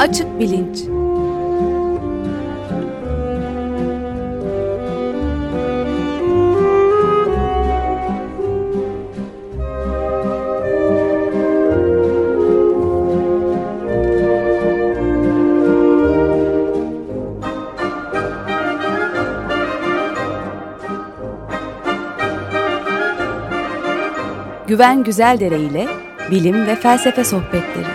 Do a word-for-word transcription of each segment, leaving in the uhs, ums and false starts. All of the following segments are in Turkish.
Açık bilinç. Güven Güzeldere ile bilim ve felsefe sohbetleri.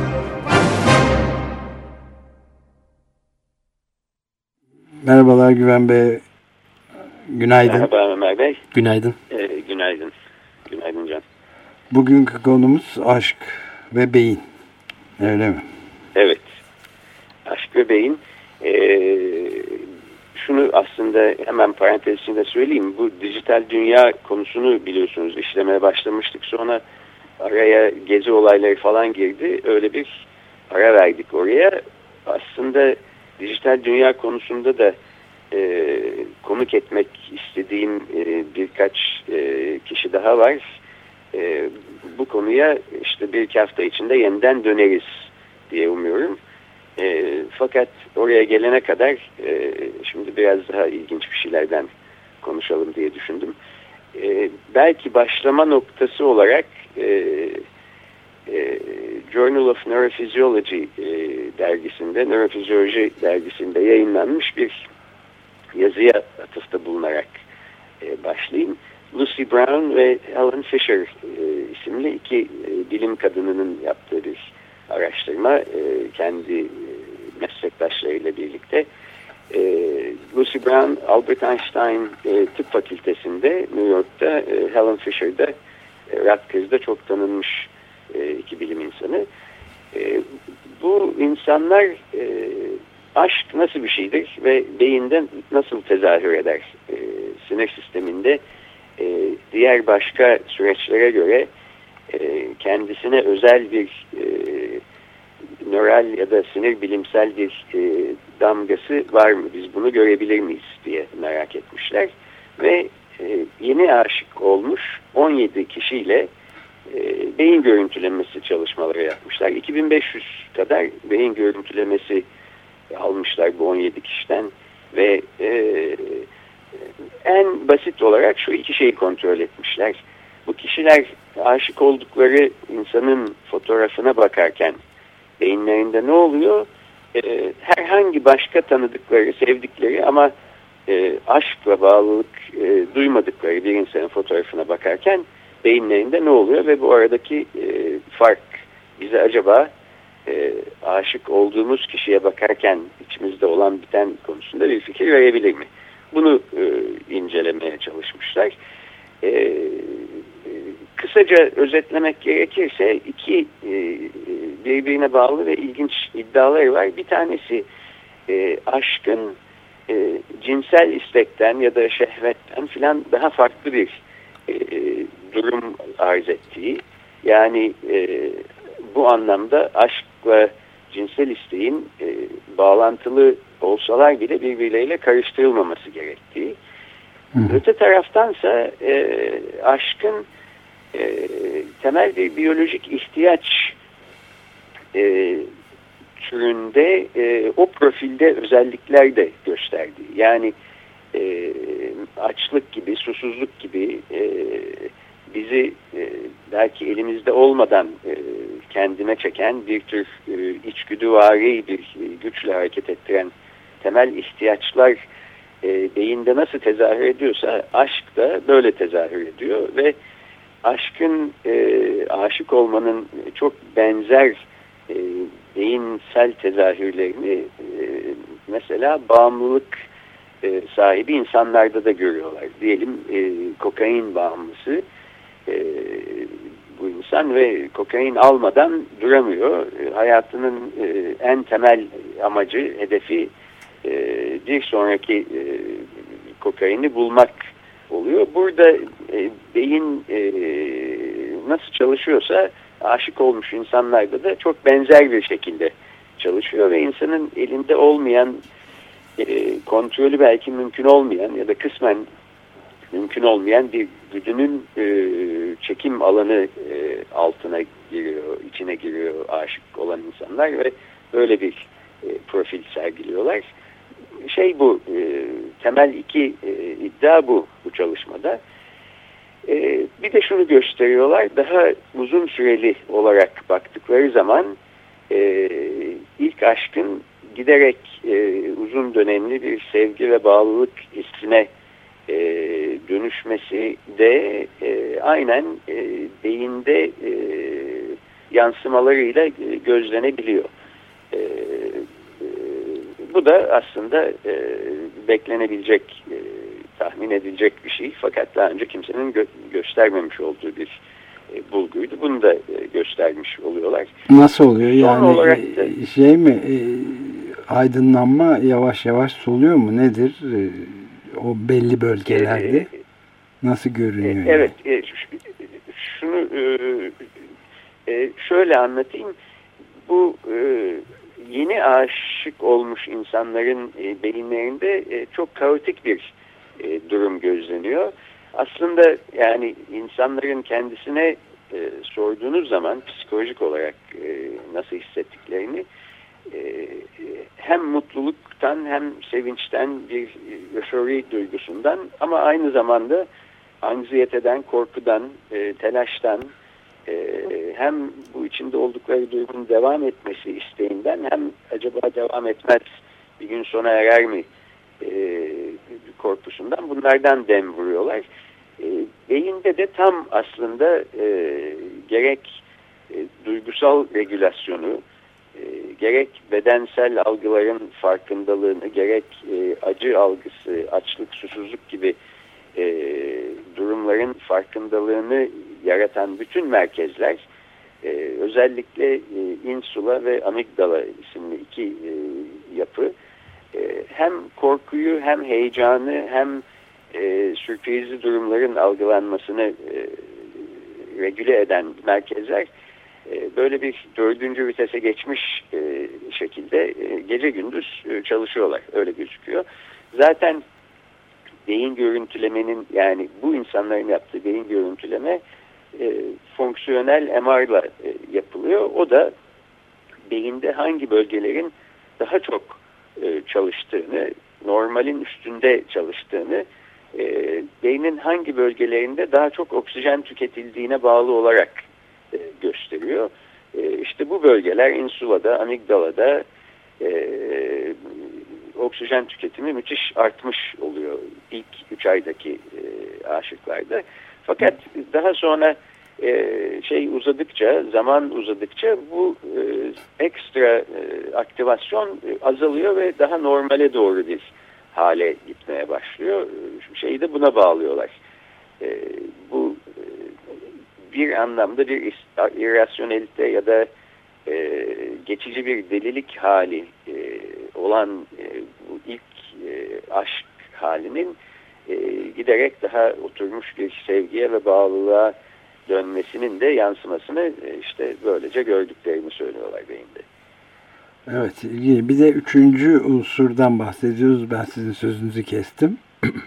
Merhabalar Güven Bey. Günaydın. Merhaba Ömer Bey. Günaydın. Ee, günaydın. Günaydın Can. Bugünkü konumuz aşk ve beyin. Öyle mi? Evet. Aşk ve beyin. Ee, şunu aslında hemen parantez içinde söyleyeyim. Bu dijital dünya konusunu biliyorsunuz işlemeye başlamıştık. Sonra araya gezi olayları falan girdi. Öyle bir ara verdik oraya. Aslında dijital dünya konusunda da e, konuk etmek istediğim e, birkaç e, kişi daha var. E, bu konuya işte bir iki hafta içinde yeniden döneriz diye umuyorum. E, fakat oraya gelene kadar e, şimdi biraz daha ilginç bir şeylerden konuşalım diye düşündüm. E, belki başlama noktası olarak e, e, Journal of Neurophysiology e, dergisinde, nörofizyoloji dergisinde yayınlanmış bir yazıya atıfta bulunarak e, başlayayım. Lucy Brown ve Helen Fisher e, isimli iki e, bilim kadınının yaptığı bir araştırma, e, kendi e, meslektaşlarıyla birlikte. E, Lucy Brown, Albert Einstein e, Tıp Fakültesi'nde New York'ta, e, Helen Fisher'da e, Rutgers'da çok tanınmış e, iki bilim insanı. E, bu insanlar e, aşk nasıl bir şeydir ve beyinde nasıl tezahür eder? E, sinir sisteminde e, diğer başka süreçlere göre e, kendisine özel bir e, nöral ya da sinir bilimsel bir e, damgası var mı? Biz bunu görebilir miyiz diye merak etmişler. Ve e, yeni aşık olmuş on yedi kişiyle e, beyin görüntülemesi çalışmaları yapmışlar. iki bin beş yüz kadar beyin görüntülemesi almışlar bu on yedi kişiden ve e, en basit olarak şu iki şeyi kontrol etmişler. Bu kişiler aşık oldukları insanın fotoğrafına bakarken beyinlerinde ne oluyor? E, herhangi başka tanıdıkları, sevdikleri ama e, aşkla bağlılık e, duymadıkları bir insanın fotoğrafına bakarken beyinlerinde ne oluyor ve bu aradaki e, fark bize acaba e, aşık olduğumuz kişiye bakarken içimizde olan biten konusunda bir fikir verebilir mi? Bunu e, incelemeye çalışmışlar. E, kısaca özetlemek gerekirse iki e, birbirine bağlı ve ilginç iddiaları var. Bir tanesi e, aşkın e, cinsel istekten ya da şehvetten filan daha farklı bir e, durum arz ettiği. Yani e, bu anlamda aşkla cinsel isteğin e, bağlantılı olsalar bile birbirleriyle karıştırılmaması gerektiği. Hı. Öte taraftansa e, aşkın e, temel bir biyolojik ihtiyaç e, türünde e, o profilde özellikler de gösterdiği. Yani e, açlık gibi, susuzluk gibi e, bizi e, belki elimizde olmadan e, kendine çeken bir tür e, içgüdüvari bir e, güçle hareket ettiren temel ihtiyaçlar e, beyinde nasıl tezahür ediyorsa aşk da böyle tezahür ediyor ve aşkın e, aşık olmanın çok benzer e, beyinsel tezahürlerini e, mesela bağımlılık e, sahibi insanlarda da görüyorlar. Diyelim e, kokain bağımlısı e, bu insan ve kokain almadan duramıyor. E, hayatının e, en temel amacı, hedefi e, bir sonraki e, kokaini bulmak oluyor. Burada e, beyin e, nasıl çalışıyorsa aşık olmuş insanlarda da çok benzer bir şekilde çalışıyor ve insanın elinde olmayan, e, kontrolü belki mümkün olmayan ya da kısmen mümkün olmayan bir güdünün e, çekim alanı e, altına giriyor, içine giriyor aşık olan insanlar ve öyle bir e, profil sergiliyorlar. Şey bu, e, temel iki e, iddia bu bu çalışmada. E, bir de şunu gösteriyorlar, daha uzun süreli olarak baktıkları zaman e, ilk aşkın giderek e, uzun dönemli bir sevgi ve bağlılık hissine e, dönüşmesi de e, aynen e, beyinde e, yansımalarıyla e, gözlenebiliyor. E, e, bu da aslında e, beklenebilecek, e, tahmin edilecek bir şey. Fakat daha önce kimsenin gö göstermemiş olduğu bir e, bulguydu. Bunu da e, göstermiş oluyorlar. Nasıl oluyor? Son Yani olarak da, şey mi, e, aydınlanma yavaş yavaş soluyor mu? Nedir? E, o belli bölgelerde e, nasıl görünüyor? e, evet. E, şunu e, e, şöyle anlatayım. Bu e, yeni aşık olmuş insanların e, beyinlerinde e, çok kaotik bir e, durum gözleniyor. Aslında yani insanların kendisine e, sorduğunuz zaman psikolojik olarak e, nasıl hissettiklerini e, hem mutluluktan hem sevinçten bir eufori duygusundan ama aynı zamanda anksiyeteden, korkudan, e, telaştan, Ee, hem bu içinde oldukları duygunun devam etmesi isteğinden hem acaba devam etmez bir gün sona erer mi e, korkusundan bunlardan dem vuruyorlar. E, beyinde de tam aslında e, gerek e, duygusal regülasyonu e, gerek bedensel algıların farkındalığını gerek e, acı algısı, açlık, susuzluk gibi e, durumların farkındalığını yaratan bütün merkezler e, özellikle e, insula ve amigdala isimli iki e, yapı e, hem korkuyu hem heyecanı hem e, sürprizli durumların algılanmasını e, regüle eden merkezler e, böyle bir dördüncü vitese geçmiş e, şekilde e, gece gündüz e, çalışıyorlar. Öyle gözüküyor. Zaten beyin görüntülemenin yani bu insanların yaptığı beyin görüntüleme e, fonksiyonel M R'la e, yapılıyor. O da beyinde hangi bölgelerin daha çok e, çalıştığını, normalin üstünde çalıştığını, e, beynin hangi bölgelerinde daha çok oksijen tüketildiğine bağlı olarak e, gösteriyor. E, işte bu bölgeler insulada, amigdalada e, oksijen tüketimi müthiş artmış oluyor ilk üç aydaki e, aşıklarda. Fakat daha sonra e, şey uzadıkça, zaman uzadıkça bu e, ekstra e, aktivasyon e, azalıyor ve daha normale doğru bir hale gitmeye başlıyor. Şeyi de buna bağlıyorlar. E, bu e, bir anlamda bir irrasyonelite ya da e, geçici bir delilik hali e, olan e, bu ilk e, aşk halinin e, giderek daha oturmuş bir sevgiye ve bağlılığa dönmesinin de yansımasını e, işte böylece gördüklerini söylüyorlar beyinde. Evet, ilgili. Bir de üçüncü unsurdan bahsediyoruz. Ben sizin sözünüzü kestim.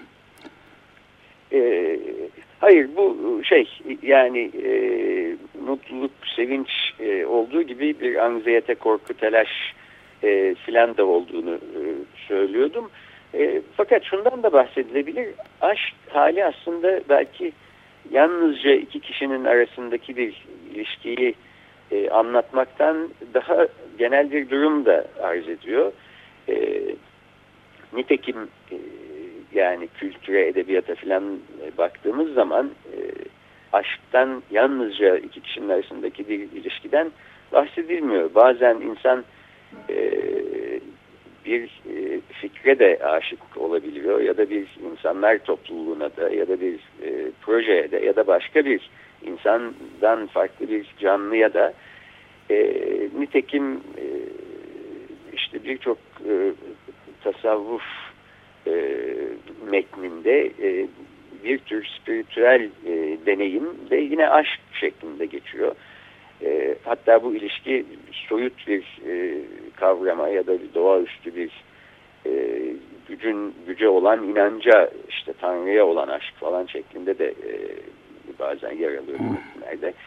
E, hayır, bu şey yani e, mutluluk, sevinç e, olduğu gibi bir anksiyete, korku, telaş e, filan da olduğunu e, söylüyordum. E, fakat şundan da bahsedilebilir. Aşk hali aslında belki yalnızca iki kişinin arasındaki bir ilişkiyi e, anlatmaktan daha genel bir durum da arz ediyor. E, nitekim e, yani kültüre, edebiyata filan e, baktığımız zaman e, aşktan yalnızca iki kişinin arasındaki bir ilişkiden bahsedilmiyor. Bazen insan e, bir e, fikre de aşık olabiliyor ya da bir insanlar topluluğuna da ya da bir e, projeye de ya da başka bir insandan farklı bir canlıya da e, nitekim e, işte birçok e, tasavvuf e, metninde e, bir tür spiritüel e, deneyim de yine aşk şeklinde geçiyor. E, hatta bu ilişki soyut bir e, kavrama ya da bir doğaüstü bir e, gücün güce olan inanca, işte Tanrı'ya olan aşk falan şeklinde de e, bazen yer alıyor bu metinlerde.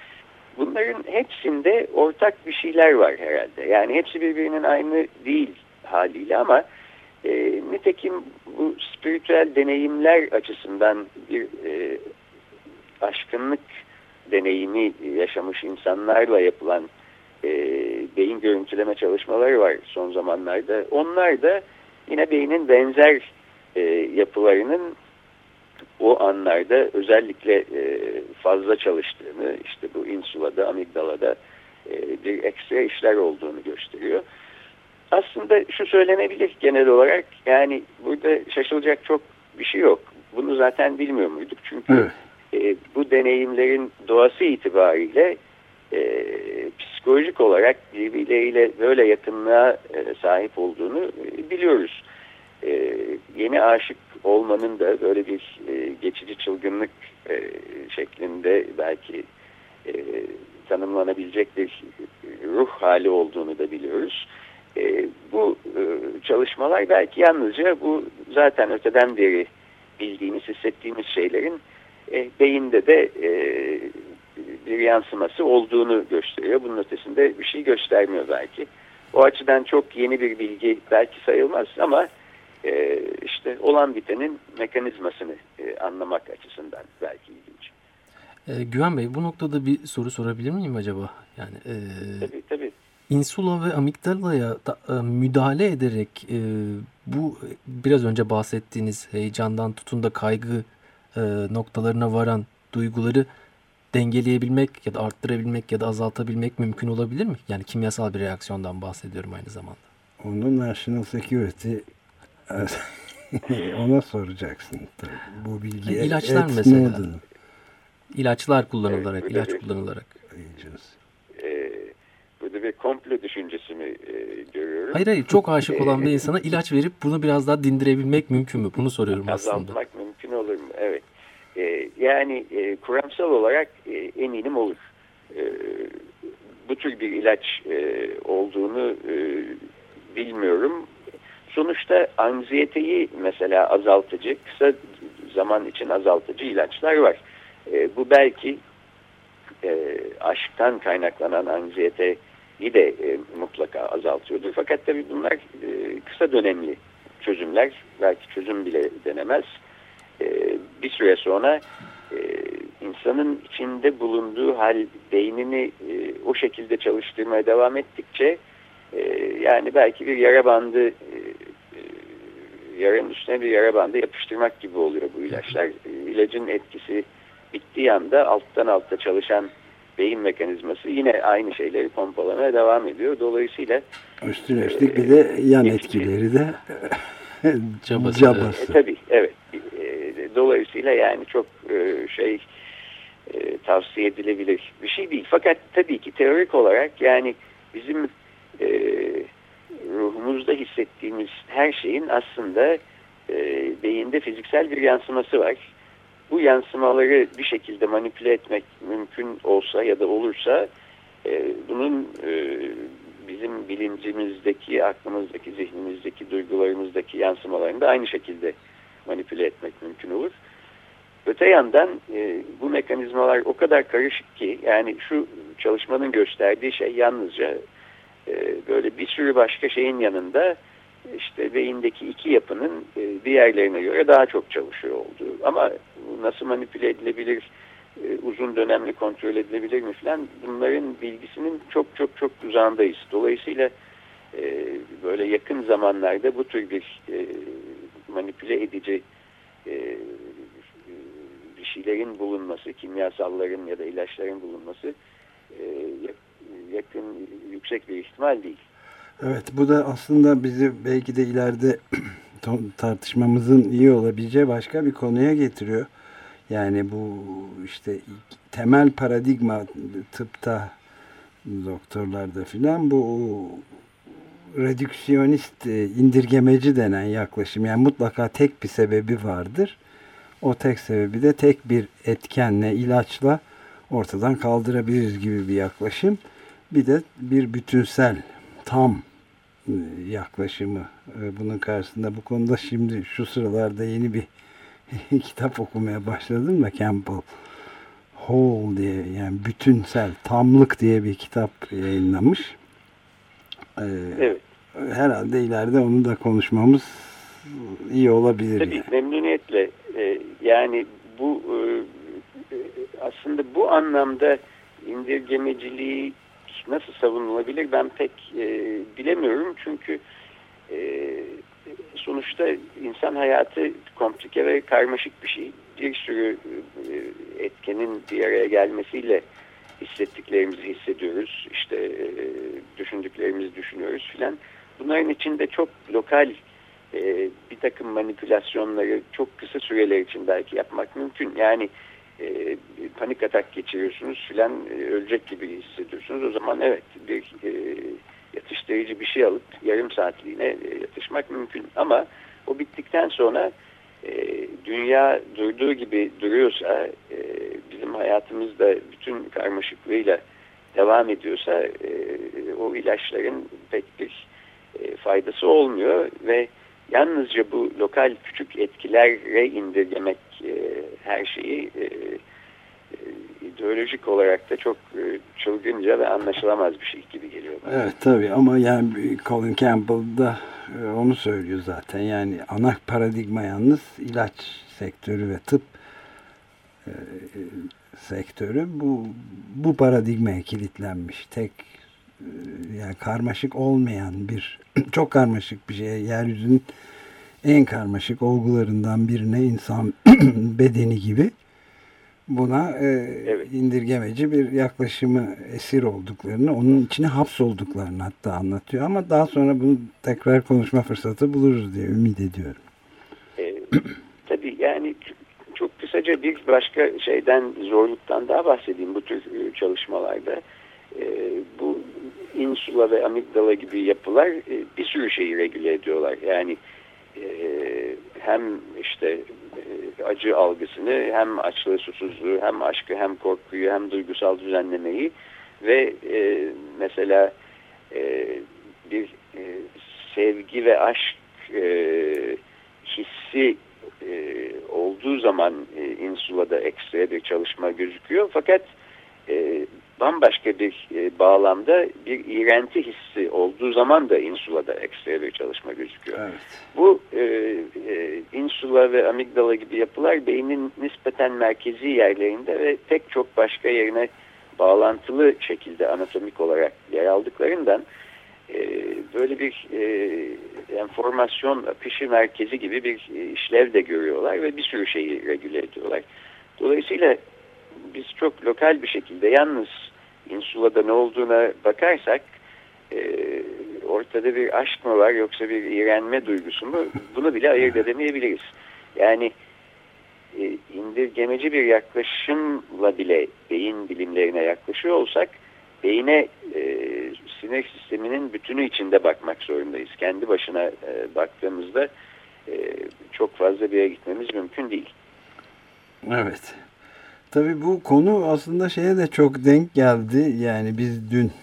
bunların hepsinde ortak bir şeyler var herhalde. Yani hepsi birbirinin aynı değil haliyle ama e, nitekim bu spiritüel deneyimler açısından bir e, aşkınlık deneyimi yaşamış insanlarla yapılan e, beyin görüntüleme çalışmaları var son zamanlarda. Onlar da yine beynin benzer e, yapılarının o anlarda özellikle e, fazla çalıştığını, işte bu insulada, amigdalada e, bir ekstra işler olduğunu gösteriyor. Aslında şu söylenebilir genel olarak, yani burada şaşılacak çok bir şey yok. Bunu zaten bilmiyor muyduk? Çünkü evet. e, bu deneyimlerin doğası itibariyle e, psikolojik olarak birbirleriyle böyle yakınlığa e, sahip olduğunu e, biliyoruz. E, yeni aşık olmanın da böyle bir e, geçici çılgınlık e, şeklinde belki e, tanımlanabilecek bir ruh hali olduğunu da biliyoruz. E, bu e, çalışmalar belki yalnızca bu zaten öteden beri bildiğimiz, hissettiğimiz şeylerin e, beyinde de e, bir yansıması olduğunu gösteriyor. Bunun ötesinde bir şey göstermiyor belki. O açıdan çok yeni bir bilgi belki sayılmaz ama e, işte olan bitenin mekanizmasını e, anlamak açısından belki ilginç. E, Güven Bey, bu noktada bir soru sorabilir miyim acaba? Yani e, tabii tabii. insula ve amigdalaya da, e, müdahale ederek e, bu biraz önce bahsettiğiniz heyecandan tutun da kaygı e, noktalarına varan duyguları dengeleyebilmek ya da arttırabilmek ya da azaltabilmek mümkün olabilir mi? Yani kimyasal bir reaksiyondan bahsediyorum aynı zamanda. Onu National Security ona soracaksın. Tabii. Bu bilgi yani ilaçlar mesela. Snowden. Evet, İlaçlar kullanılarak, ilaç bir, kullanılarak. E, burada bir komplo düşüncesi mi e, görüyorum? Hayır hayır, çok aşık olan bir insana ilaç verip bunu biraz daha dindirebilmek mümkün mü? Bunu soruyorum aslında. Azaltmak mümkün olur mu? Evet. E, yani e, kuramsal olarak e, eminim olur. E, bu tür bir ilaç e, olduğunu e, bilmiyorum. Sonuçta anksiyeteyi mesela azaltıcı, kısa zaman için azaltıcı ilaçlar var. E, bu belki e, aşktan kaynaklanan anksiyeteyi de e, mutlaka azaltıyordur. Fakat tabii bunlar e, kısa dönemli çözümler. Belki çözüm bile denemez. E, bir süre sonra e, insanın içinde bulunduğu hal beynini e, o şekilde çalıştırmaya devam ettikçe e, yani belki bir yara bandı e, yaranın üstüne bir yara bandı yapıştırmak gibi oluyor bu ilaçlar. E, ilacın etkisi bittiği anda alttan alta çalışan beyin mekanizması yine aynı şeyleri pompalamaya devam ediyor. Dolayısıyla üstüne üstlük bir de yan e, etkileri de cabası. cabası. E, tabii evet. E, dolayısıyla yani çok e, şey e, tavsiye edilebilir bir şey değil. Fakat tabii ki teorik olarak yani bizim e, ruhumuzda hissettiğimiz her şeyin aslında e, beyinde fiziksel bir yansıması var. Bu yansımaları bir şekilde manipüle etmek mümkün olsa ya da olursa e, bunun e, bizim bilincimizdeki, aklımızdaki, zihnimizdeki, duygularımızdaki yansımalarını da aynı şekilde manipüle etmek mümkün olur. Öte yandan e, bu mekanizmalar o kadar karışık ki yani şu çalışmanın gösterdiği şey yalnızca e, böyle bir sürü başka şeyin yanında işte beyindeki iki yapının e, diğerlerine göre daha çok çalışıyor olduğu. Ama nasıl manipüle edilebilir, e, uzun dönemli kontrol edilebilir mi falan bunların bilgisinin çok çok çok uzağındayız. Dolayısıyla e, böyle yakın zamanlarda bu tür bir e, manipüle edici e, bir şeylerin bulunması, kimyasalların ya da ilaçların bulunması e, yakın, yüksek bir ihtimal değil. Evet, bu da aslında bizi belki de ileride tartışmamızın iyi olabileceği başka bir konuya getiriyor. Yani bu işte temel paradigma tıpta, doktorlarda filan bu redüksiyonist, indirgemeci denen yaklaşım. Yani mutlaka tek bir sebebi vardır. O tek sebebi de tek bir etkenle, ilaçla ortadan kaldırabiliriz gibi bir yaklaşım. Bir de bir bütünsel, tam yaklaşımı. Bunun karşısında bu konuda şimdi şu sıralarda yeni bir kitap okumaya başladım da Campbell Whole diye, yani bütünsel, tamlık diye bir kitap yayınlamış. Ee, evet. Herhalde ileride onu da konuşmamız iyi olabilir. Tabii yani. memnuniyetle. Ee, yani bu e, aslında bu anlamda indirgemeciliği nasıl savunulabilir ben pek e, bilemiyorum. Çünkü e, sonuçta insan hayatı komplike ve karmaşık bir şey. Bir sürü e, etkenin bir araya gelmesiyle hissettiklerimizi hissediyoruz. İşte e, düşündüklerimizi düşünüyoruz filan. Bunların içinde çok lokal e, bir takım manipülasyonları çok kısa süreler için belki yapmak mümkün. Yani e, panik atak geçiriyorsunuz filan, e, ölecek gibi hissediyorsunuz. O zaman evet bir e, yatıştırıcı bir şey alıp yarım saatliğine e, yatışmak mümkün. Ama o bittikten sonra e, dünya durduğu gibi duruyorsa, e, bizim hayatımızda bütün karmaşıklığıyla devam ediyorsa e, o ilaçların pek bir e, faydası olmuyor ve yalnızca bu lokal küçük etkilere indirgemek e, her şeyi e, e, ideolojik olarak da çok e, çılgınca ve anlaşılamaz bir şey gibi geliyor bana. Evet tabii, ama yani Colin Campbell da e, onu söylüyor zaten. Yani ana paradigma yalnız ilaç sektörü ve tıp e, sektörü bu bu paradigmaya kilitlenmiş. Tek e, yani karmaşık olmayan bir çok karmaşık bir şey, yeryüzünün en karmaşık olgularından birine, insan bedeni gibi, buna e, evet. indirgemeci bir yaklaşımı esir olduklarını, onun içine hapsolduklarını hatta anlatıyor. Ama daha sonra bunu tekrar konuşma fırsatı buluruz diye ümit ediyorum. E, tabii yani çok kısaca bir başka şeyden, zorluktan daha bahsedeyim bu tür çalışmalarda. E, bu insula ve amigdala gibi yapılar e, bir sürü şeyi regüle ediyorlar. Yani e, hem işte e, acı algısını, hem açlığı, susuzluğu, hem aşkı, hem korkuyu, hem duygusal düzenlemeyi ve e, mesela e, bir e, sevgi ve aşk e, hissi e, olduğu zaman e, insulada ekstra bir çalışma gözüküyor. Fakat e, bambaşka bir e, bağlamda bir iğrenti hissi olduğu zaman da insulada ekstra bir çalışma gözüküyor. Evet. Bu e, e, insula ve amigdala gibi yapılar beynin nispeten merkezi yerlerinde ve pek çok başka yerine bağlantılı şekilde anatomik olarak yer aldıklarından e, böyle bir e, enformasyon akışı merkezi gibi bir e, işlev de görüyorlar ve bir sürü şeyi regüle ediyorlar. Dolayısıyla biz çok lokal bir şekilde yalnız insulada ne olduğuna bakarsak e, ortada bir aşk mı var yoksa bir iğrenme duygusu mu, bunu bile ayırt edemeyebiliriz. Yani e, indirgemeci bir yaklaşımla bile beyin bilimlerine yaklaşıyor olsak beyine e, sinir sisteminin bütünü içinde bakmak zorundayız. Kendi başına e, baktığımızda e, çok fazla bir yere gitmemiz mümkün değil. Evet. Tabii bu konu aslında şeye de çok denk geldi. Yani biz dün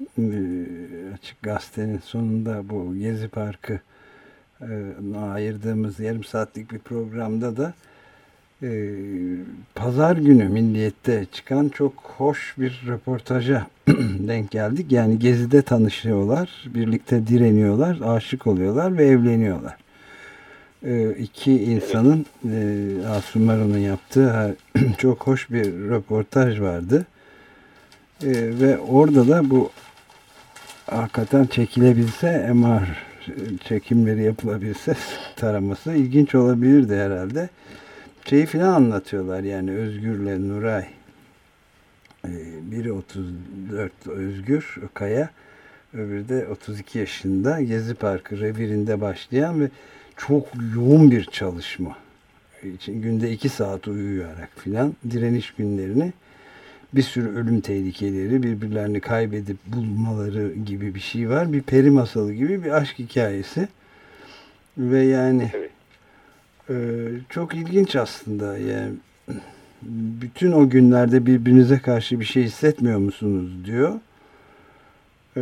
Açık Gazete'nin sonunda bu Gezi Parkı e, ayırdığımız yarım saatlik bir programda da e, Pazar günü Milliyet'te çıkan çok hoş bir röportaja denk geldik. Yani Gezi'de tanışıyorlar, birlikte direniyorlar, aşık oluyorlar ve evleniyorlar. E, iki insanın e, Asumaro'nun yaptığı çok hoş bir röportaj vardı. E, ve orada da bu hakikaten çekilebilse, M R çekimleri yapılabilse taraması ilginç olabilirdi herhalde. Şeyi filan anlatıyorlar yani, Özgür'le Nuray. Ee, biri otuz dört, Özgür Kaya, öbürü de otuz iki yaşında, Gezi Parkı revirinde başlayan ve çok yoğun bir çalışma için günde iki saat uyuyarak filan direniş günlerini, bir sürü ölüm tehlikeleri, birbirlerini kaybedip bulmaları gibi bir şey var. Bir peri masalı gibi bir aşk hikayesi. Ve yani e, çok ilginç aslında. Yani bütün o günlerde birbirinize karşı bir şey hissetmiyor musunuz diyor. E,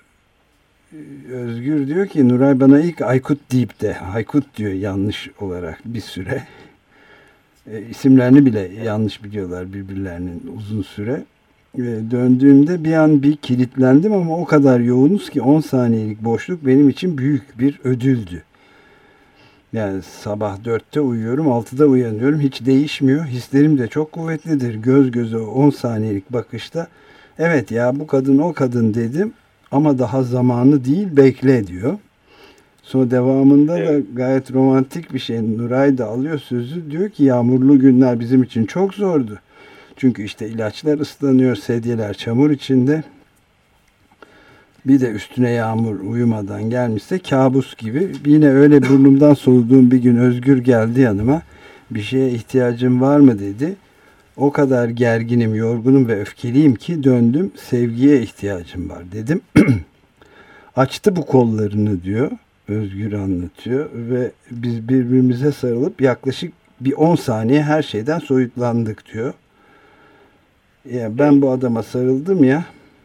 Özgür diyor ki, Nuray bana ilk Aykut deyip de Aykut diyor yanlış olarak bir süre. E, isimlerini bile yanlış biliyorlar birbirlerinin uzun süre. E, döndüğümde bir an bir kilitlendim ama o kadar yoğunuz ki on saniyelik boşluk benim için büyük bir ödüldü. Yani sabah dörtte uyuyorum, altıda uyanıyorum. Hiç değişmiyor. Hislerim de çok kuvvetlidir. Göz göze on saniyelik bakışta. Evet ya bu kadın o kadın dedim ama daha zamanı değil, bekle diyor. Sonra devamında evet. da gayet romantik bir şey. Nuray da alıyor sözü. Diyor ki yağmurlu günler bizim için çok zordu. Çünkü işte ilaçlar ıslanıyor, sedyeler çamur içinde. Bir de üstüne yağmur uyumadan gelmişse kabus gibi. Yine öyle burnumdan soluduğum bir gün Özgür geldi yanıma. Bir şeye ihtiyacım var mı dedi. O kadar gerginim, yorgunum ve öfkeliyim ki döndüm. Sevgiye ihtiyacım var dedim. Açtı bu kollarını diyor. Özgür anlatıyor. Ve biz birbirimize sarılıp yaklaşık bir on saniye her şeyden soyutlandık diyor. Yani ben bu adama sarıldım ya.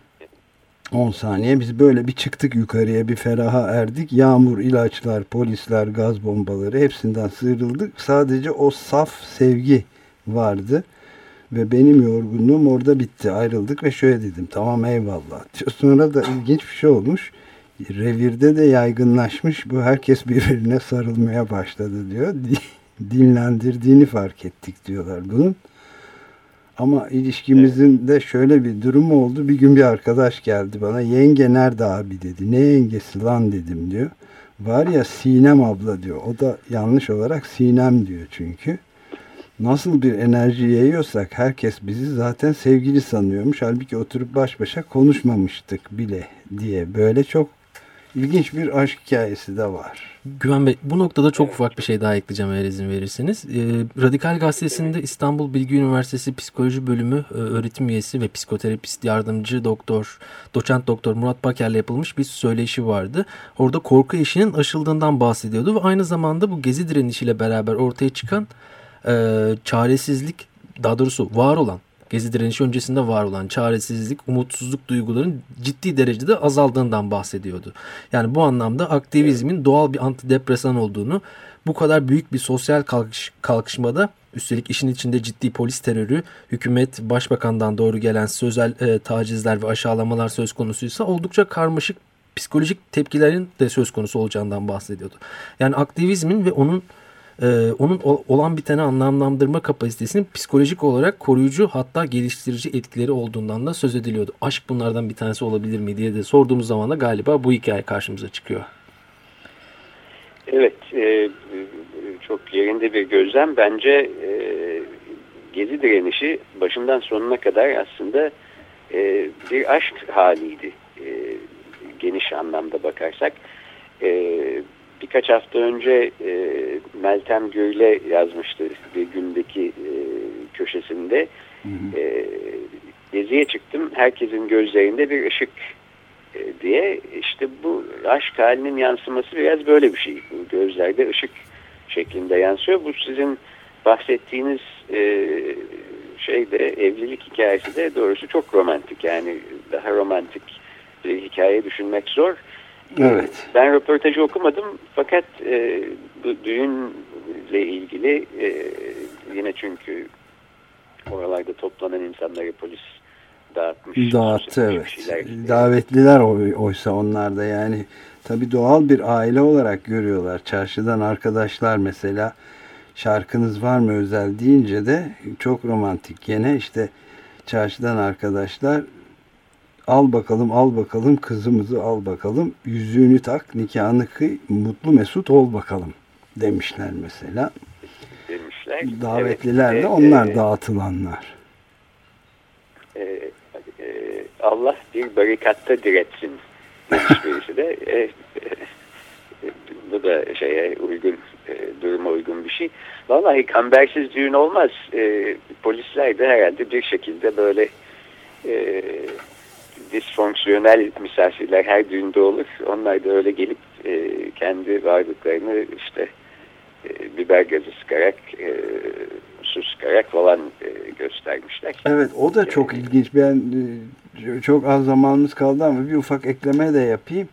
on saniye biz böyle bir çıktık yukarıya, bir feraha erdik. Yağmur, ilaçlar, polisler, gaz bombaları hepsinden sıyrıldık. Sadece o saf sevgi vardı. Ve benim yorgunluğum orada bitti. Ayrıldık ve şöyle dedim. Tamam eyvallah. Sonra da ilginç bir şey olmuş. Revirde de yaygınlaşmış. Bu herkes birbirine sarılmaya başladı diyor. Dinlendirdiğini fark ettik diyorlar bunun. Ama ilişkimizin de şöyle bir durumu oldu. Bir gün bir arkadaş geldi bana. Yenge nerede abi dedi. Ne yengesi lan dedim diyor. Var ya Sinem abla diyor. O da yanlış olarak Sinem diyor çünkü. Nasıl bir enerji yayıyorsak herkes bizi zaten sevgili sanıyormuş. Halbuki oturup baş başa konuşmamıştık bile diye. Böyle çok ilginç bir aşk hikayesi de var. Güven Bey, bu noktada çok ufak bir şey daha ekleyeceğim eğer izin verirseniz. Ee, Radikal Gazetesi'nde İstanbul Bilgi Üniversitesi Psikoloji Bölümü e, öğretim üyesi ve psikoterapist yardımcı doktor, doçent doktor Murat Baker'le yapılmış bir söyleşi vardı. Orada korku eşiğinin aşıldığından bahsediyordu ve aynı zamanda bu gezi direnişiyle beraber ortaya çıkan e, çaresizlik, daha doğrusu var olan, Gezi direnişi öncesinde var olan çaresizlik, umutsuzluk duyguların ciddi derecede azaldığından bahsediyordu. Yani bu anlamda aktivizmin doğal bir antidepresan olduğunu, bu kadar büyük bir sosyal kalkış, kalkışmada, üstelik işin içinde ciddi polis terörü, hükümet, başbakandan doğru gelen sözel e, tacizler ve aşağılamalar söz konusuysa oldukça karmaşık psikolojik tepkilerin de söz konusu olacağından bahsediyordu. Yani aktivizmin ve onun Ee, onun olan biteni anlamlandırma kapasitesinin psikolojik olarak koruyucu, hatta geliştirici etkileri olduğundan da söz ediliyordu. Aşk bunlardan bir tanesi olabilir mi diye de sorduğumuz zaman da galiba bu hikaye karşımıza çıkıyor. Evet, e, çok yerinde bir gözlem. Bence e, Gezi direnişi başından sonuna kadar aslında e, bir aşk haliydi. E, geniş anlamda bakarsak. E, Birkaç hafta önce e, Meltem Göy'le yazmıştı bir gündeki e, köşesinde. Hı hı. E, geziye çıktım, herkesin gözlerinde bir ışık e, diye. İşte bu aşk halinin yansıması biraz böyle bir şey. Bu gözlerde ışık şeklinde yansıyor. Bu sizin bahsettiğiniz e, şeyde, evlilik hikayesi de doğrusu çok romantik. Yani daha romantik bir hikaye düşünmek zor. Evet. Ben röportajı okumadım fakat e, bu düğünle ilgili e, yine çünkü oralarda toplanan insanları polis dağıtmış. Dağıttı evet. Şeyler, davetliler oy, oysa onlar da yani tabii doğal bir aile olarak görüyorlar. Çarşıdan arkadaşlar mesela şarkınız var mı özel deyince de çok romantik. Gene işte çarşıdan arkadaşlar al bakalım al bakalım kızımızı al bakalım yüzüğünü tak nikahını kıy mutlu mesut ol bakalım demişler mesela. Demişler. Davetliler evet, de onlar e, dağıtılanlar. E, e, Allah bir barikatta diretsin demiş birisi de. E, e, bu da şeye uygun e, duruma uygun bir şey. Vallahi kambersiz düğün olmaz. E, polisler de herhalde bir şekilde böyle e, disfonksiyonel misafirler her düğünde olur. Onlar da öyle gelip e, kendi varlıklarını işte e, biber gazı sıkarak e, su sıkarak falan e, göstermişler. Evet o da çok e, ilginç. Ben e, çok az zamanımız kaldı ama bir ufak ekleme de yapayım.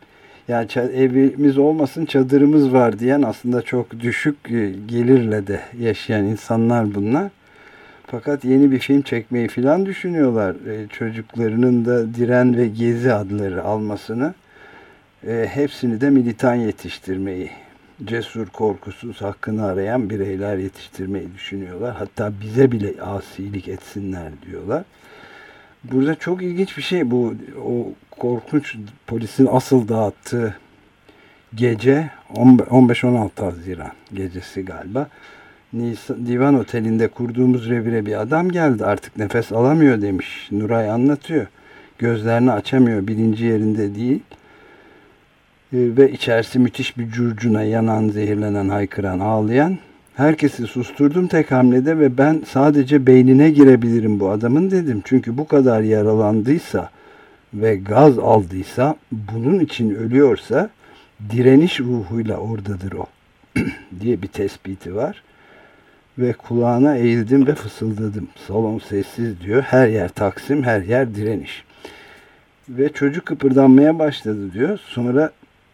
Yani evimiz olmasın çadırımız var diyen aslında çok düşük gelirle de yaşayan insanlar bunlar. Fakat yeni bir film çekmeyi falan düşünüyorlar. E, çocuklarının da Diren ve Gezi adları almasını. E, hepsini de militan yetiştirmeyi, cesur, korkusuz, hakkını arayan bireyler yetiştirmeyi düşünüyorlar. Hatta bize bile asilik etsinler diyorlar. Burada çok ilginç bir şey bu. O korkunç polisin asıl dağıttığı gece on beş on altı Haziran gecesi galiba. Nisan, Divan Oteli'nde kurduğumuz revire bir adam geldi. Artık nefes alamıyor demiş. Nuray anlatıyor. Gözlerini açamıyor. Bilinci yerinde değil. Ee, ve içerisi müthiş bir curcuna, yanan, zehirlenen, haykıran, ağlayan. Herkesi susturdum tek hamlede ve ben sadece beynine girebilirim bu adamın dedim. Çünkü bu kadar yaralandıysa ve gaz aldıysa, bunun için ölüyorsa direniş ruhuyla oradadır o diye bir tespiti var. Ve kulağına eğildim ve fısıldadım. Salon sessiz diyor. Her yer Taksim, her yer direniş. Ve çocuk kıpırdanmaya başladı diyor. Sonra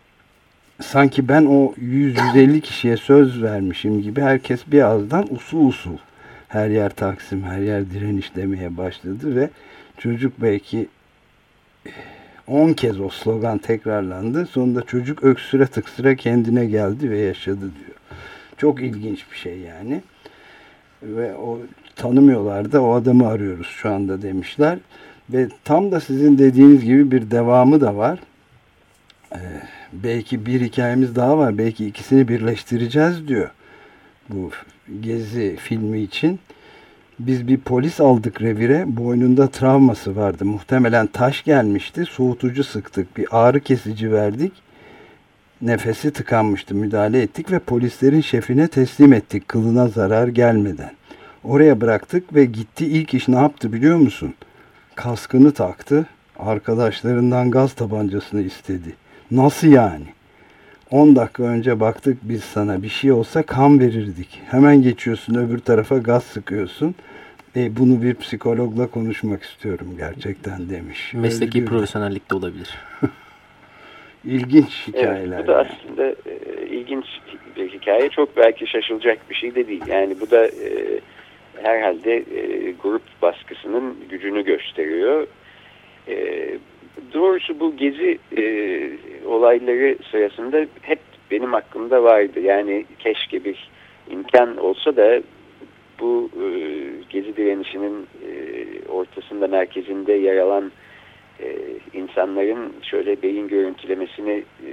sanki ben o yüz yüz elli kişiye söz vermişim gibi herkes bir ağızdan usul usul her yer Taksim, her yer direniş demeye başladı ve çocuk belki on kez o slogan tekrarlandı. Sonunda çocuk öksüre tıksıra kendine geldi ve yaşadı diyor. Çok ilginç bir şey yani. Ve o tanımıyorlar da o adamı arıyoruz şu anda demişler. Ve tam da sizin dediğiniz gibi bir devamı da var. Ee, belki bir hikayemiz daha var. Belki ikisini birleştireceğiz diyor. Bu Gezi filmi için. Biz bir polis aldık revire. Boynunda travması vardı. Muhtemelen taş gelmişti. Soğutucu sıktık. Bir ağrı kesici verdik. Nefesi tıkanmıştı. Müdahale ettik ve polislerin şefine teslim ettik. Kılına zarar gelmeden. Oraya bıraktık ve gitti. İlk iş ne yaptı biliyor musun? Kaskını taktı. Arkadaşlarından gaz tabancasını istedi. Nasıl yani? on dakika önce baktık biz sana, bir şey olsa kan verirdik. Hemen geçiyorsun öbür tarafa, gaz sıkıyorsun. E, bunu bir psikologla konuşmak istiyorum gerçekten demiş. Mesleki Özgür. Profesyonellik de olabilir. İlginç hikayeler. Evet, bu da yani aslında e, ilginç bir hikaye. Çok belki şaşılacak bir şey de değil. Yani bu da e, herhalde e, grup baskısının gücünü gösteriyor. E, doğrusu bu gezi e, olayları sırasında hep benim aklımda vardı. Yani keşke bir imkan olsa da bu e, gezi direnişinin e, ortasında, merkezinde yer alan e, insanların şöyle beyin görüntülemesini e,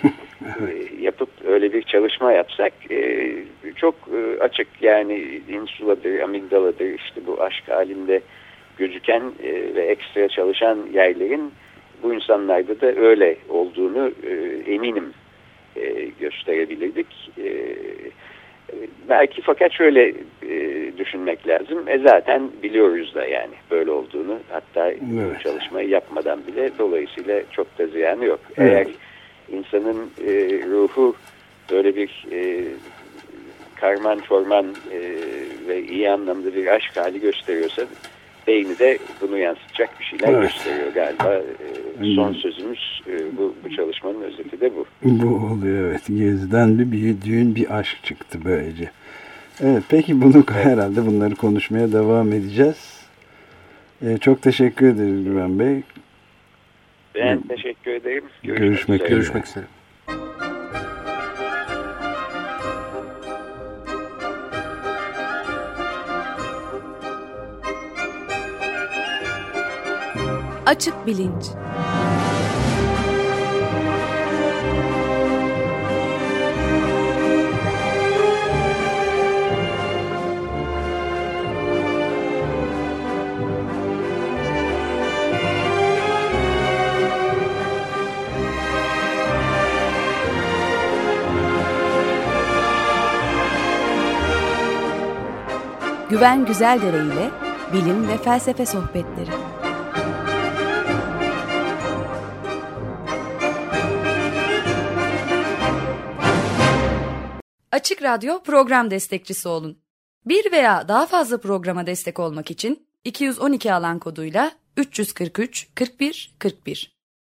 e, yapıp öyle bir çalışma yapsak e, çok e, açık, yani insuladır, amigdaladır, işte bu aşk halinde gözüken e, ve ekstra çalışan yerlerin bu insanlarda da öyle olduğunu e, eminim e, gösterebilirdik. E, belki fakat şöyle e, düşünmek lazım. E zaten biliyoruz da yani böyle olduğunu. Hatta evet, bu çalışmayı yapmadan bile, dolayısıyla çok da ziyanı yok. Evet. Eğer insanın e, ruhu böyle bir e, karman çorman e, ve iyi anlamda bir aşk hali gösteriyorsa, beyni de bunu yansıtacak bir şeyler evet, gösteriyor galiba. Ee, son sözümüz e, bu, bu çalışmanın özeti de bu. Bu oluyor evet. Geziden bir büyüdüğün bir aşk çıktı böylece. Evet, peki bunu evet, herhalde bunları konuşmaya devam edeceğiz. Ee, çok teşekkür ederiz Güven Bey. Ben ee, teşekkür ederim. Görüşmek, görüşmek üzere. Görüşmek üzere. Açık Bilinç. Güven Güzeldere ile bilim ve felsefe sohbetleri. Açık Radyo program destekçisi olun. Bir veya daha fazla programa destek olmak için iki yüz on iki alan koduyla üç yüz kırk üç kırk bir kırk bir